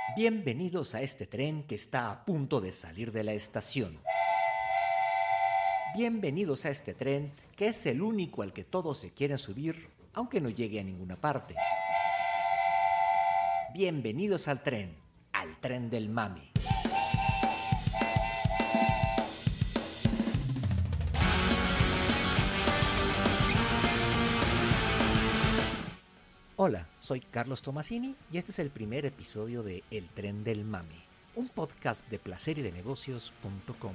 Bienvenidos a este tren que está a punto de salir de la estación. Bienvenidos a este tren que es el único al que todos se quieren subir, aunque no llegue a ninguna parte. Bienvenidos al tren del mame. Hola, soy Carlos Tomasini y este es el primer episodio de El Tren del Mame, un podcast de placerydenegocios.com.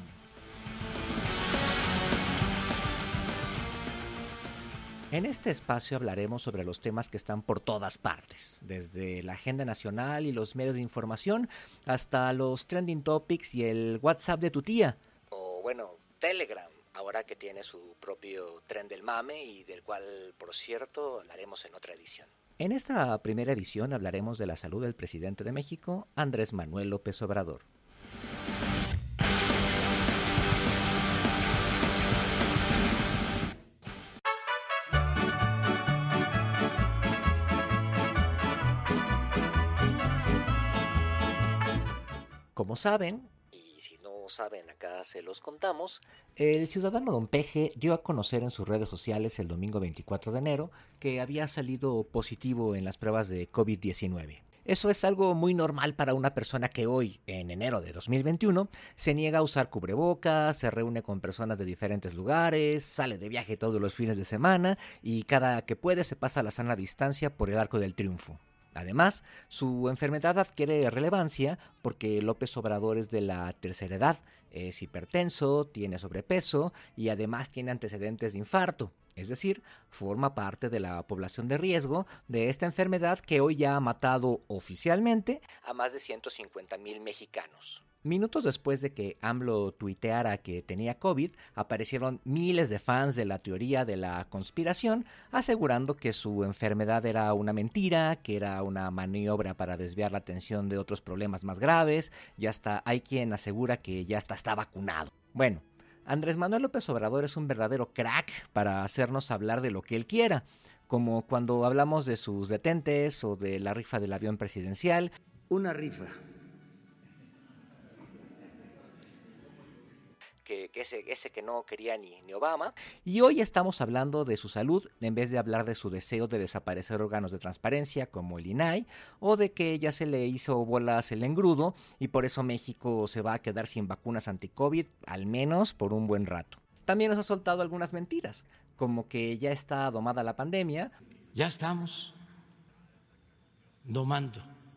En este espacio hablaremos sobre los temas que están por todas partes, desde la agenda nacional y los medios de información hasta los trending topics y el WhatsApp de tu tía. O bueno, Telegram, ahora que tiene su propio Tren del Mame y del cual, por cierto, hablaremos en otra edición. En esta primera edición hablaremos de la salud del presidente de México, Andrés Manuel López Obrador. Como saben, y si no saben acá se los contamos, el ciudadano Don Peje dio a conocer en sus redes sociales el domingo 24 de enero que había salido positivo en las pruebas de COVID-19. Eso es algo muy normal para una persona que hoy, en enero de 2021, se niega a usar cubrebocas, se reúne con personas de diferentes lugares, sale de viaje todos los fines de semana y cada que puede se pasa la sana distancia por el Arco del Triunfo. Además, su enfermedad adquiere relevancia porque López Obrador es de la tercera edad, es hipertenso, tiene sobrepeso y además tiene antecedentes de infarto. Es decir, forma parte de la población de riesgo de esta enfermedad que hoy ya ha matado oficialmente a más de 150,000 mexicanos. Minutos después de que AMLO tuiteara que tenía COVID, aparecieron miles de fans de la teoría de la conspiración, asegurando que su enfermedad era una mentira, que era una maniobra para desviar la atención de otros problemas más graves, y hasta hay quien asegura que ya hasta está vacunado. Bueno, Andrés Manuel López Obrador es un verdadero crack para hacernos hablar de lo que él quiera, como cuando hablamos de sus detentes o de la rifa del avión presidencial. Una rifa. Que ese que no quería ni Obama. Y hoy estamos hablando de su salud en vez de hablar de su deseo de desaparecer órganos de transparencia como el INAI o de que ya se le hizo bolas el engrudo y por eso México se va a quedar sin vacunas anti-COVID, al menos por un buen rato. También nos ha soltado algunas mentiras, como que ya está domada la pandemia. Ya estamos domando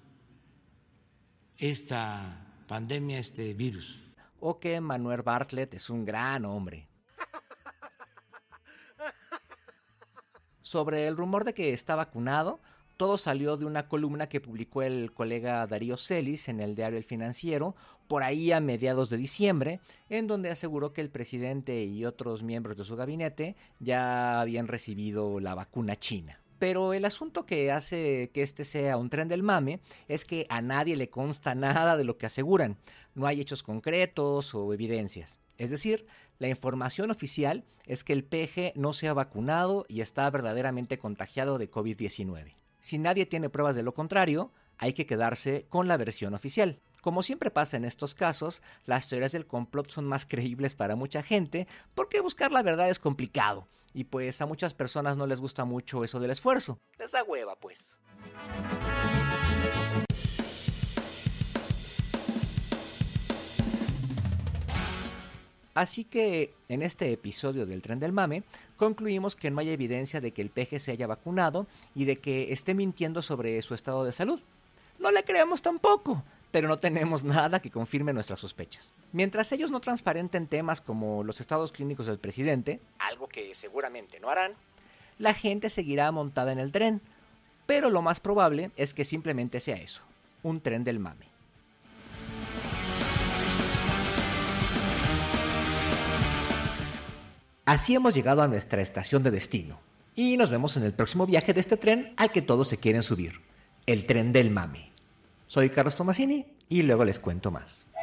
esta pandemia, este virus. O que Manuel Bartlett es un gran hombre. Sobre el rumor de que está vacunado, todo salió de una columna que publicó el colega Darío Celis en el diario El Financiero, por ahí a mediados de diciembre, en donde aseguró que el presidente y otros miembros de su gabinete ya habían recibido la vacuna china. Pero el asunto que hace que este sea un tren del mame es que a nadie le consta nada de lo que aseguran. No hay hechos concretos o evidencias. Es decir, la información oficial es que el peje no se ha vacunado y está verdaderamente contagiado de COVID-19. Si nadie tiene pruebas de lo contrario, hay que quedarse con la versión oficial. Como siempre pasa en estos casos, las teorías del complot son más creíbles para mucha gente porque buscar la verdad es complicado y pues a muchas personas no les gusta mucho eso del esfuerzo. Les da hueva, pues. Así que en este episodio del Tren del Mame concluimos que no hay evidencia de que el peje se haya vacunado y de que esté mintiendo sobre su estado de salud. No le creemos tampoco, pero no tenemos nada que confirme nuestras sospechas. Mientras ellos no transparenten temas como los estados clínicos del presidente, algo que seguramente no harán, la gente seguirá montada en el tren, pero lo más probable es que simplemente sea eso, un tren del mame. Así hemos llegado a nuestra estación de destino, y nos vemos en el próximo viaje de este tren al que todos se quieren subir, el Tren del Mame. Soy Carlos Tomasini y luego les cuento más.